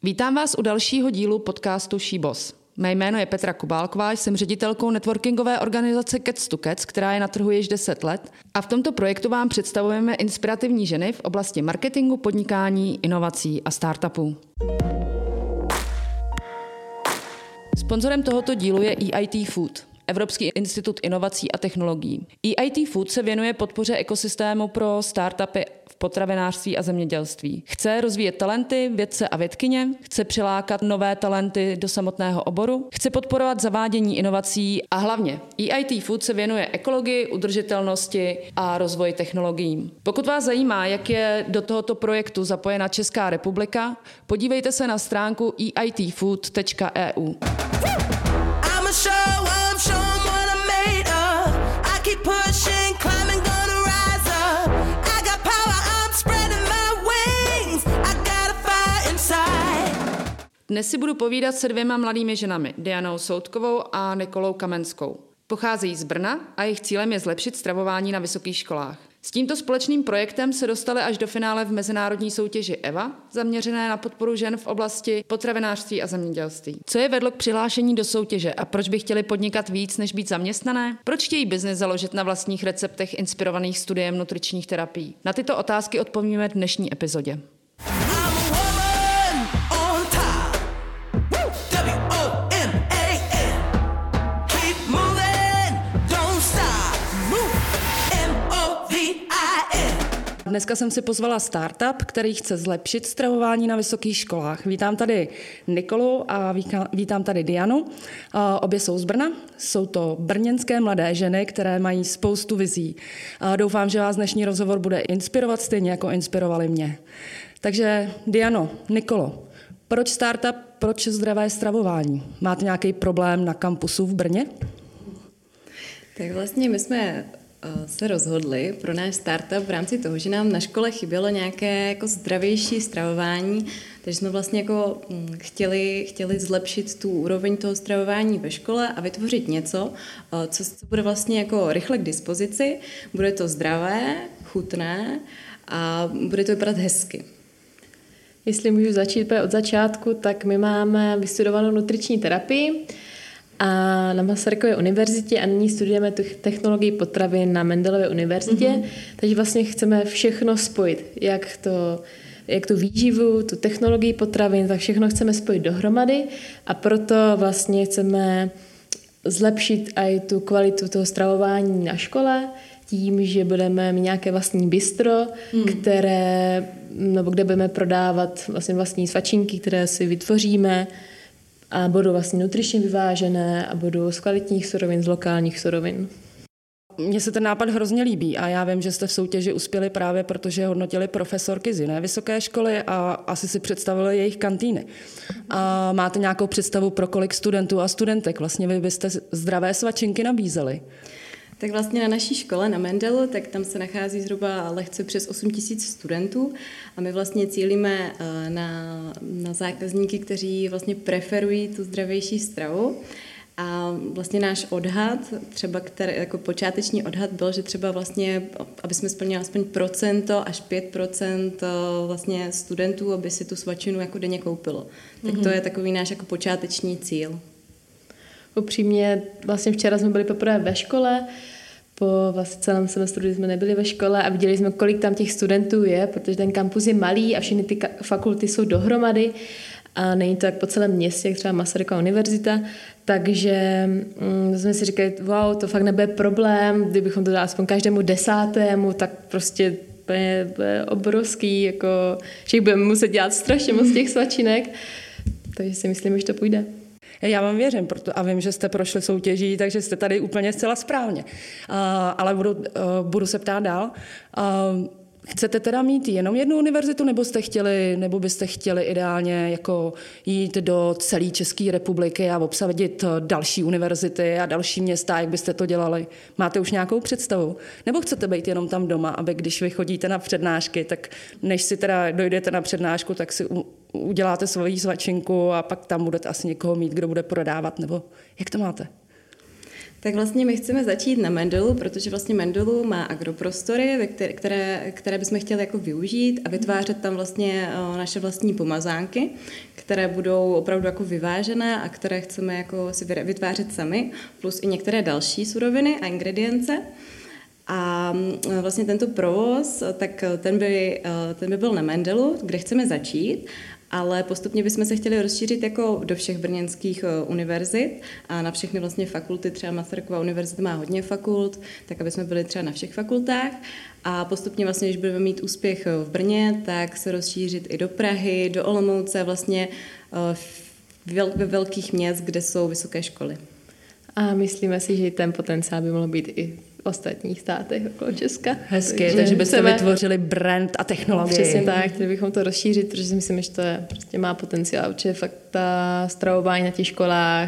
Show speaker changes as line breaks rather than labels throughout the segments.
Vítám vás u dalšího dílu podcastu SheBoss. Mé jméno je Petra Kubálková, jsem ředitelkou networkingové organizace Cats to Cats, která je na trhu již 10 let. A v tomto projektu vám představujeme inspirativní ženy v oblasti marketingu, podnikání, inovací a startupů. Sponzorem tohoto dílu je EIT Food, Evropský institut inovací a technologií. EIT Food se věnuje podpoře ekosystému pro startupy v potravinářství a zemědělství. Chce rozvíjet talenty, vědce a vědkyně, chce přilákat nové talenty do samotného oboru, chce podporovat zavádění inovací a hlavně EIT Food se věnuje ekologii, udržitelnosti a rozvoji technologií. Pokud vás zajímá, jak je do tohoto projektu zapojena Česká republika, podívejte se na stránku eitfood.eu. Dnes si budu povídat se dvěma mladými ženami, Dianou Soutkovou a Nikolou Kamenskou. Pocházejí z Brna a jejich cílem je zlepšit stravování na vysokých školách. S tímto společným projektem se dostali až do finále v mezinárodní soutěži EVA, zaměřené na podporu žen v oblasti potravinářství a zemědělství. Co je vedlo k přihlášení do soutěže a proč by chtěli podnikat víc, než být zaměstnané? Proč chtějí biznes založit na vlastních receptech inspirovaných studiem nutričních terapií? Na tyto otázky odpovíme v dnešní epizodě. Dneska jsem si pozvala startup, který chce zlepšit stravování na vysokých školách. Vítám tady Nikolu a vítám tady Dianu. Obě jsou z Brna. Jsou to brněnské mladé ženy, které mají spoustu vizí. Doufám, že vás dnešní rozhovor bude inspirovat stejně, jako inspirovali mě. Takže Diano, Nikolo, proč startup, proč zdravé stravování? Máte nějaký problém na kampusu v Brně?
Tak vlastně my jsme se rozhodli pro náš startup v rámci toho, že nám na škole chybělo nějaké jako zdravější stravování, takže jsme vlastně jako chtěli zlepšit tu úroveň toho stravování ve škole a vytvořit něco, co bude vlastně jako rychle k dispozici, bude to zdravé, chutné a bude to vypadat hezky.
Jestli můžu začít od začátku, tak my máme vystudovanou nutriční terapii a na Masarykově univerzitě a nyní studujeme technologii potravin na Mendelově univerzitě, takže vlastně chceme všechno spojit, jak tu výživu, tu technologii potravin, tak všechno chceme spojit dohromady a proto vlastně chceme zlepšit i tu kvalitu toho stravování na škole tím, že budeme mít nějaké vlastní bistro, kde budeme prodávat vlastně vlastní svačinky, které si vytvoříme, a budou vlastně nutričně vyvážené a budou z kvalitních surovin, z lokálních surovin.
Mně se ten nápad hrozně líbí a já vím, že jste v soutěži uspěli právě, protože hodnotili profesorky z jiné vysoké školy a asi si představili jejich kantýny. A máte nějakou představu, pro kolik studentů a studentek vlastně vy byste zdravé svačinky nabízeli?
Tak vlastně na naší škole, na Mendelu, tak tam se nachází zhruba lehce přes 8 000 studentů a my vlastně cílíme na zákazníky, kteří vlastně preferují tu zdravější stravu. A vlastně náš odhad, třeba jako počáteční odhad byl, že třeba vlastně, aby jsme splnili aspoň 1% až 5% vlastně studentů, aby si tu svačinu jako denně koupilo. Tak to je takový náš jako počáteční cíl.
Upřímně, vlastně včera jsme byli poprvé ve škole, po vlastně celém semestru, kdy jsme nebyli ve škole a viděli jsme, kolik tam těch studentů je, protože ten kampus je malý a všechny ty fakulty jsou dohromady a není to jak po celém městě, jak třeba Masarykova univerzita, takže jsme si říkali, wow, to fakt nebude problém, kdybychom to dali aspoň každému 10., tak prostě bude obrovský, jako, že budeme muset dělat strašně moc těch svačinek, takže si myslím, že to půjde.
Já vám věřím a vím, že jste prošli soutěží, takže jste tady úplně zcela správně. Ale budu se ptát dál. Chcete teda mít jenom jednu univerzitu, nebo byste chtěli ideálně jako jít do celé České republiky a obsadit další univerzity a další města, jak byste to dělali? Máte už nějakou představu? Nebo chcete být jenom tam doma, aby když vy chodíte na přednášky, tak než si teda dojdete na přednášku, tak si uděláte svoji svačinku a pak tam budete asi někoho mít, kdo bude prodávat, nebo jak to máte?
Tak vlastně my chceme začít na Mendelu, protože vlastně Mendelu má agroprostory, které bychom chtěli jako využít a vytvářet tam vlastně naše vlastní pomazánky, které budou opravdu jako vyvážené a které chceme jako si vytvářet sami, plus i některé další suroviny a ingredience. A vlastně tento provoz, tak ten by byl na Mendelu, kde chceme začít, ale postupně bychom se chtěli rozšířit jako do všech brněnských univerzit a na všechny vlastně fakulty, třeba Masarykova univerzita má hodně fakult, tak aby jsme byli třeba na všech fakultách a postupně vlastně, když budeme mít úspěch v Brně, tak se rozšířit i do Prahy, do Olomouce, vlastně ve velkých měst, kde jsou vysoké školy.
A myslíme si, že ten potenciál by mohl být i v ostatních státech okolo Česka.
Hezky, takže byste vytvořili brand a technologii.
Přesně tak, chtěli bychom to rozšířit, protože si myslím, že to je, prostě má potenciál. Určitě fakt ta stravování na těch školách,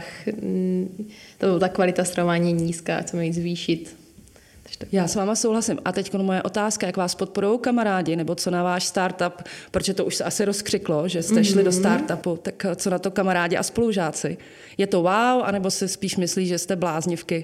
ta kvalita stravování je nízká, chceme ji zvýšit.
Já s váma souhlasím. A teď moje otázka, jak vás podporují kamarádi, nebo co na váš startup, protože to už se asi rozkřiklo, že jste šli do startupu, tak co na to kamarádi a spolužáci? Je to wow, anebo si spíš myslí, že jste bláznivky?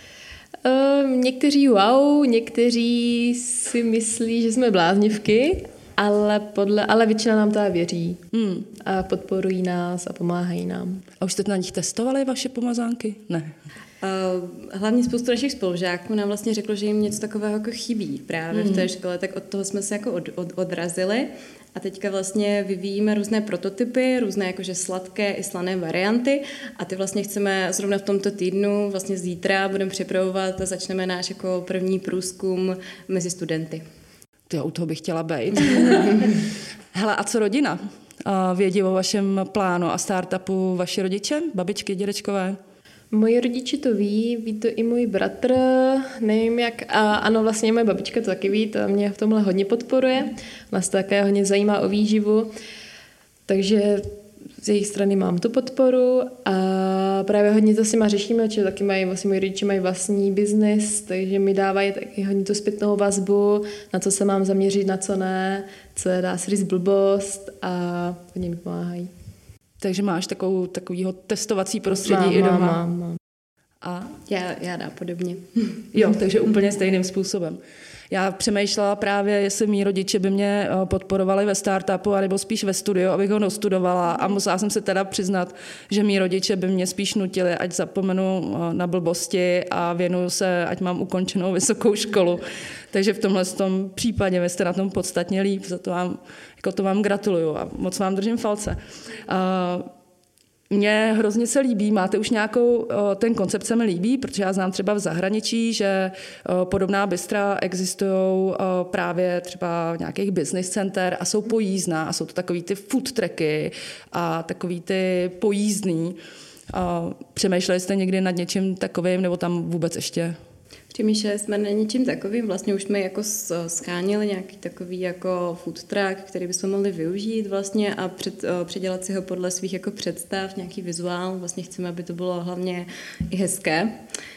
Někteří wow, někteří si myslí, že jsme bláznivky, ale většina nám teda věří a podporují nás a pomáhají nám.
A už jste na nich testovali vaše pomazánky? Ne.
Hlavně spoustu našich spolužáků nám vlastně řeklo, že jim něco takového jako chybí právě v té škole, tak od toho jsme se jako odrazili a teďka vlastně vyvíjíme různé prototypy, různé jakože sladké i slané varianty a ty vlastně chceme zrovna v tomto týdnu, vlastně zítra budeme připravovat a začneme náš jako první průzkum mezi studenty.
Já u toho bych chtěla být. Hele, a co rodina? Vědí o vašem plánu a startupu vaši rodiče, babičky, dědečkové?
Moji rodiče to ví to i můj bratr, nevím jak, a ano, vlastně moje babička to taky ví, to mě v tomhle hodně podporuje, nás to také hodně zajímá o výživu, takže z jejich strany mám tu podporu a právě hodně to si řešíme, že taky vlastně moji rodiče mají vlastní biznis, takže mi dávají taky hodně tu zpětnou vazbu, na co se mám zaměřit, na co ne, co je dá se říct blbost a hodně mi pomáhají.
Takže máš takovýho testovací prostředí i doma.
Mám.
A já dá podobně.
Jo, takže úplně stejným způsobem. Já přemýšlela právě, jestli mý rodiče by mě podporovali ve startupu, anebo spíš ve studiu, abych ho dostudovala. A musela jsem se teda přiznat, že mý rodiče by mě spíš nutili, ať zapomenu na blbosti a věnuju se, ať mám ukončenou vysokou školu. Takže v tomhle případě vy jste na tom podstatně líp. Za to vám gratuluju a moc vám držím palce. Mně hrozně se líbí, máte už nějakou, ten koncept se mi líbí, protože já znám třeba v zahraničí, že podobná bistra existují právě třeba v nějakých business center a jsou pojízdná a jsou to takový ty food trucky a takový ty pojízdný. Přemýšleli jste někdy nad něčím takovým nebo tam vůbec ještě?
Přemýšleli jsme na něčím takovým, vlastně už jsme jako schánili nějaký takový jako food truck, který bychom mohli využít vlastně a předělat si ho podle svých jako představ, nějaký vizuál, vlastně chceme, aby to bylo hlavně i hezké,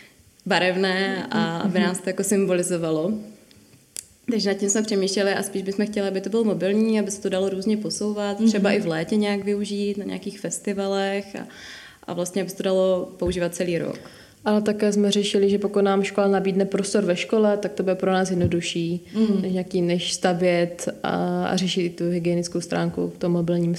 barevné a aby nás to jako symbolizovalo. Takže nad tím jsme přemýšleli a spíš bychom chtěli, aby to bylo mobilní, aby se to dalo různě posouvat, třeba i v létě nějak využít na nějakých festivalech a vlastně aby se to dalo používat celý rok.
Ale také jsme řešili, že pokud nám škola nabídne prostor ve škole, tak to bude pro nás jednodušší, než stavět a řešit tu hygienickou stránku v tom mobilním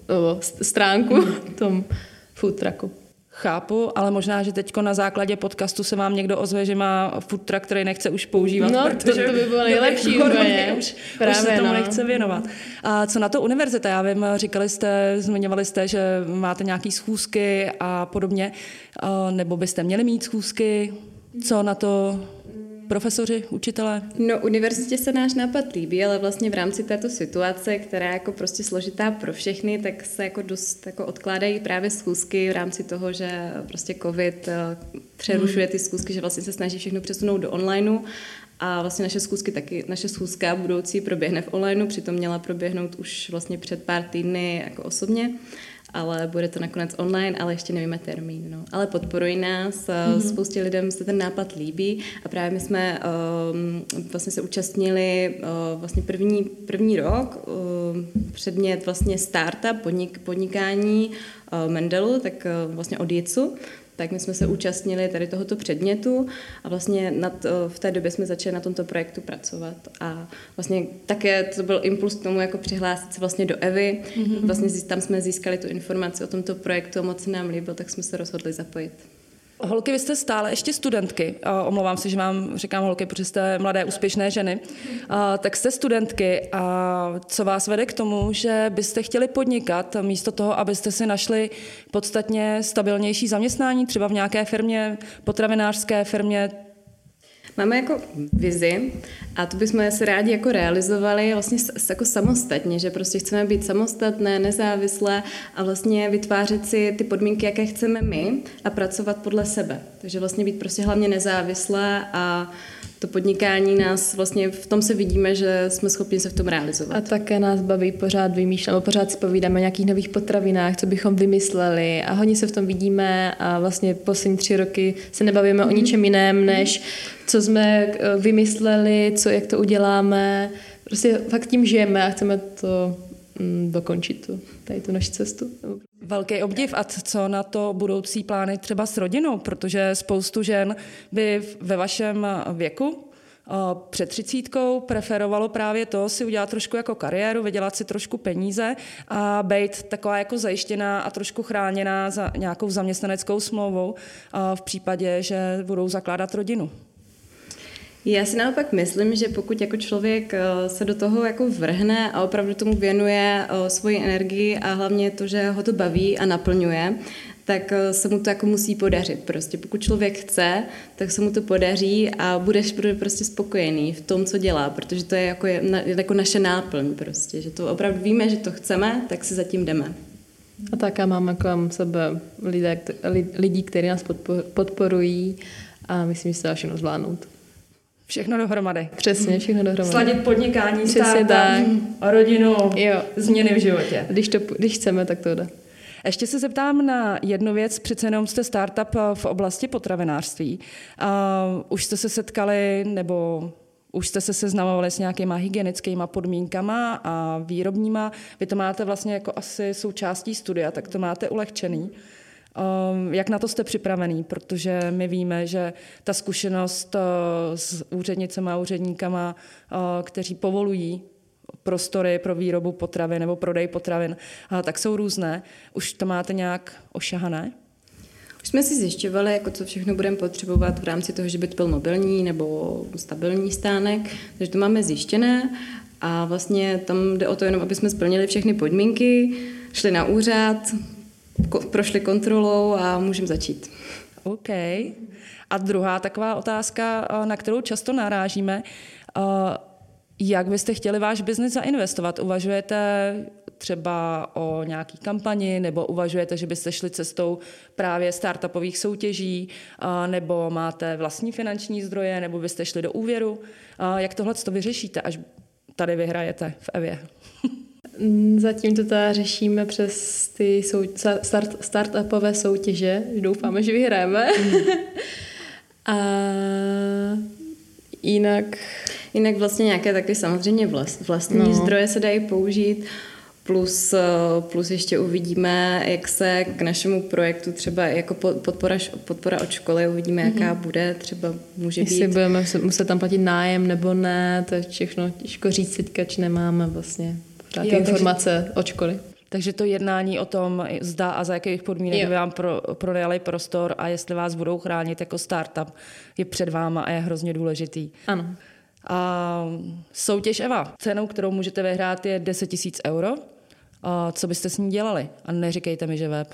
stránku v tom food trucku.
Chápu, ale možná, že teď na základě podcastu se vám někdo ozve, že má food truck, který nechce už používat, protože
to by bylo nejlepší
už se tomu nechce věnovat. A co na to univerzita? Já vím, zmiňovali jste, že máte nějaké schůzky a podobně, nebo byste měli mít schůzky. Co na to profesoři, učitelé?
No, univerzitě se náš nápad líbí, ale vlastně v rámci této situace, která je jako prostě složitá pro všechny, tak se jako dost jako odkládají právě schůzky v rámci toho, že prostě covid přerušuje ty schůzky, že vlastně se snaží všechno přesunout do onlineu a vlastně naše schůzka budoucí proběhne v onlineu, přitom měla proběhnout už vlastně před pár týdny jako osobně, ale bude to nakonec online, ale ještě nevíme termín. No. Ale podporují nás, spoustě lidem se ten nápad líbí a právě my jsme vlastně se účastnili vlastně první rok předmět vlastně startup, podnikání Mendelu, tak vlastně od JICu, tak my jsme se účastnili tady tohoto předmětu a vlastně v té době jsme začali na tomto projektu pracovat. A vlastně také to byl impuls k tomu, jako přihlásit se vlastně do EVY. Vlastně tam jsme získali tu informaci o tomto projektu, moc se nám líbil, tak jsme se rozhodli zapojit.
Holky, vy jste stále ještě studentky. Omlouvám se, že vám říkám holky, protože jste mladé, úspěšné ženy. Tak jste studentky a co vás vede k tomu, že byste chtěli podnikat místo toho, abyste si našli podstatně stabilnější zaměstnání, třeba v nějaké firmě, potravinářské firmě?
Máme jako vizi a to bychom se rádi jako realizovali vlastně jako samostatně, že prostě chceme být samostatné, nezávislé a vlastně vytvářet si ty podmínky, jaké chceme my a pracovat podle sebe. Takže vlastně být prostě hlavně nezávislé a to podnikání nás vlastně v tom se vidíme, že jsme schopni se v tom realizovat.
A také nás baví pořád vymýšlet, pořád si povídáme o nějakých nových potravinách, co bychom vymysleli a hodně se v tom vidíme a vlastně poslední 3 roky se nebavíme o ničem jiném, než co jsme vymysleli, jak to uděláme. Prostě fakt tím žijeme a chceme to dokončit, tady tu naši cestu.
Velký obdiv. A co na to budoucí plány třeba s rodinou? Protože spoustu žen by ve vašem věku před 30 preferovalo právě to si udělat trošku jako kariéru, vydělat si trošku peníze a být taková jako zajištěná a trošku chráněná za nějakou zaměstnaneckou smlouvou v případě, že budou zakládat rodinu.
Já si naopak myslím, že pokud jako člověk se do toho jako vrhne a opravdu tomu věnuje svoji energii a hlavně to, že ho to baví a naplňuje, tak se mu to jako musí podařit. Prostě pokud člověk chce, tak se mu to podaří a bude prostě spokojený v tom, co dělá, protože to je jako naše náplň prostě, že to opravdu víme, že to chceme, tak si zatím jdeme.
A také máme kolem sebe lidi, kteří nás podporují a myslím, že se dá všechno zvládnout.
Všechno dohromady.
Přesně, všechno dohromady.
Sladit podnikání, startup, rodinu, změny v životě.
Když chceme, tak to jde.
Ještě se zeptám na jednu věc, přece jenom jste startup v oblasti potravinářství. Už jste se setkali nebo už jste se seznamovali s nějakýma hygienickýma podmínkama a výrobníma. Vy to máte vlastně jako asi součástí studia, tak to máte ulehčený. Jak na to jste připravený? Protože my víme, že ta zkušenost s úřednicemi a úředníkama, kteří povolují prostory pro výrobu potravin nebo prodej potravin, tak jsou různé. Už to máte nějak ošahané?
Už jsme si zjišťovali, jako co všechno budeme potřebovat v rámci toho, že by to byl mobilní nebo stabilní stánek, takže to máme zjištěné a vlastně tam jde o to jenom, aby jsme splnili všechny podmínky, šli na úřad, prošli kontrolou a můžeme začít.
OK. A druhá taková otázka, na kterou často narážíme, jak byste chtěli váš biznis zainvestovat? Uvažujete třeba o nějaký kampani, nebo uvažujete, že byste šli cestou právě startupových soutěží, nebo máte vlastní finanční zdroje, nebo byste šli do úvěru? Jak tohle to vyřešíte, až tady vyhrajete v EVě?
Zatím to řešíme přes ty startupové soutěže. Doufáme, že vyhrajeme. A
Jinak vlastně nějaké taky samozřejmě vlastní zdroje se dají použít, plus ještě uvidíme, jak se k našemu projektu třeba jako podpora od školy, uvidíme, jaká bude, třeba může být.
Jestli budeme muset tam platit nájem nebo ne, to je všechno těžko říct teďka, či nemáme vlastně ty informace od školy.
Takže to jednání o tom, zda a za jakých podmínek by vám prodali prostor a jestli vás budou chránit jako startup, je před váma a je hrozně důležitý.
Ano.
A soutěž EVA, cenou, kterou můžete vyhrát, je 10 000 €. A co byste s ní dělali? A neříkejte mi, že web.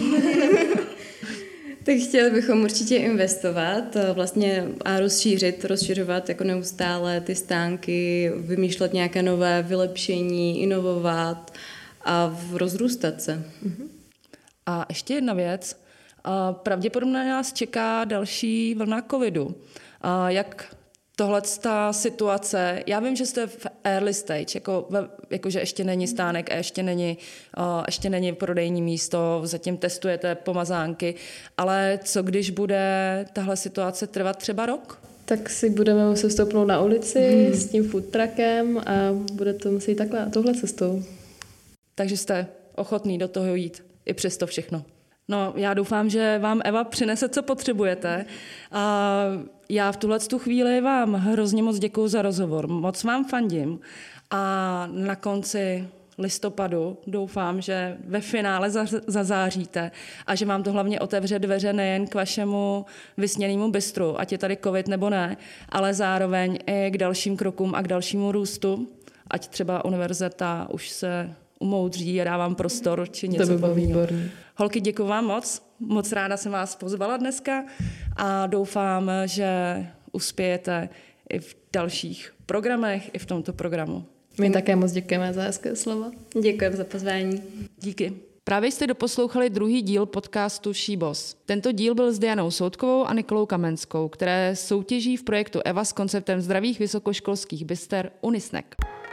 Tak chtěli bychom určitě investovat vlastně a rozšiřovat jako neustále ty stánky, vymýšlet nějaké nové vylepšení, inovovat a rozrůstat se.
A ještě jedna věc. Pravděpodobně nás čeká další vlna covidu. Jak tohleto situace, já vím, že jste v early stage, jakože ještě není stánek a ještě není prodejní místo, zatím testujete pomazánky, ale co když bude tahle situace trvat třeba rok?
Tak si budeme muset stoupnout na ulici s tím food truckem a bude to muset touhle cestou.
Takže jste ochotný do toho jít i přes to všechno. No, já doufám, že vám Eva přinese, co potřebujete. A já v tu chvíli vám hrozně moc děkuju za rozhovor. Moc vám fandím. A na konci listopadu doufám, že ve finále zazáříte a že vám to hlavně otevře dveře nejen k vašemu vysněnému bistru, ať je tady covid nebo ne, ale zároveň i k dalším krokům a k dalšímu růstu, ať třeba univerzita už se umoudří a dávám prostor, či něco
to by bylo
podobného.
výborný.
Holky, děkuji vám moc ráda jsem vás pozvala dneska a doufám, že uspějete i v dalších programech, i v tomto programu.
My také moc děkujeme za hezké slova.
Děkujeme za pozvání.
Díky. Právě jste doposlouchali druhý díl podcastu She Boss. Tento díl byl s Dianou Soutkovou a Nikolou Kamenskou, které soutěží v projektu EVA s konceptem zdravých vysokoškolských bister Unisnack.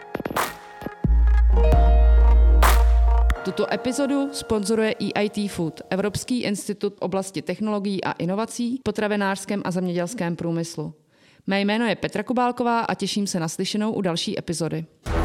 Tuto epizodu sponzoruje EIT Food, Evropský institut v oblasti technologií a inovací v potravinářském a zemědělském průmyslu. Mé jméno je Petra Kubálková a těším se na slyšenou u další epizody.